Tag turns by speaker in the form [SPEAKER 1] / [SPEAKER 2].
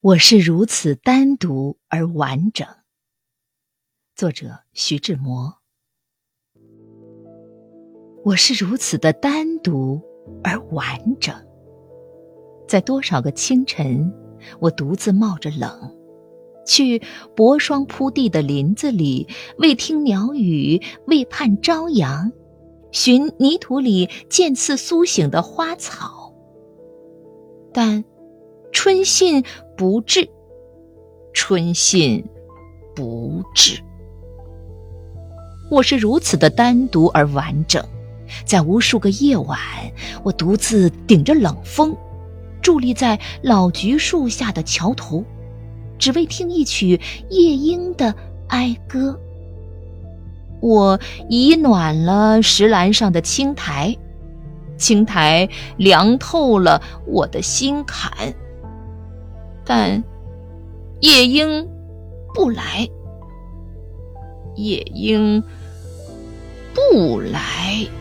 [SPEAKER 1] 我是如此单独而完整。作者徐志摩。我是如此的单独而完整，在多少个清晨，我独自冒着冷，去薄霜铺地的林子里，为听鸟语，为盼朝阳，寻泥土里渐次苏醒的花草。但春信不至，春信不至。我是如此的单独而完整，在无数个夜晚，我独自顶着冷风，伫立在老橘树下的桥头，只为听一曲夜莺的哀歌。我已暖了石栏上的青苔，青苔凉透了我的心坎，但夜莺不来，夜莺不来。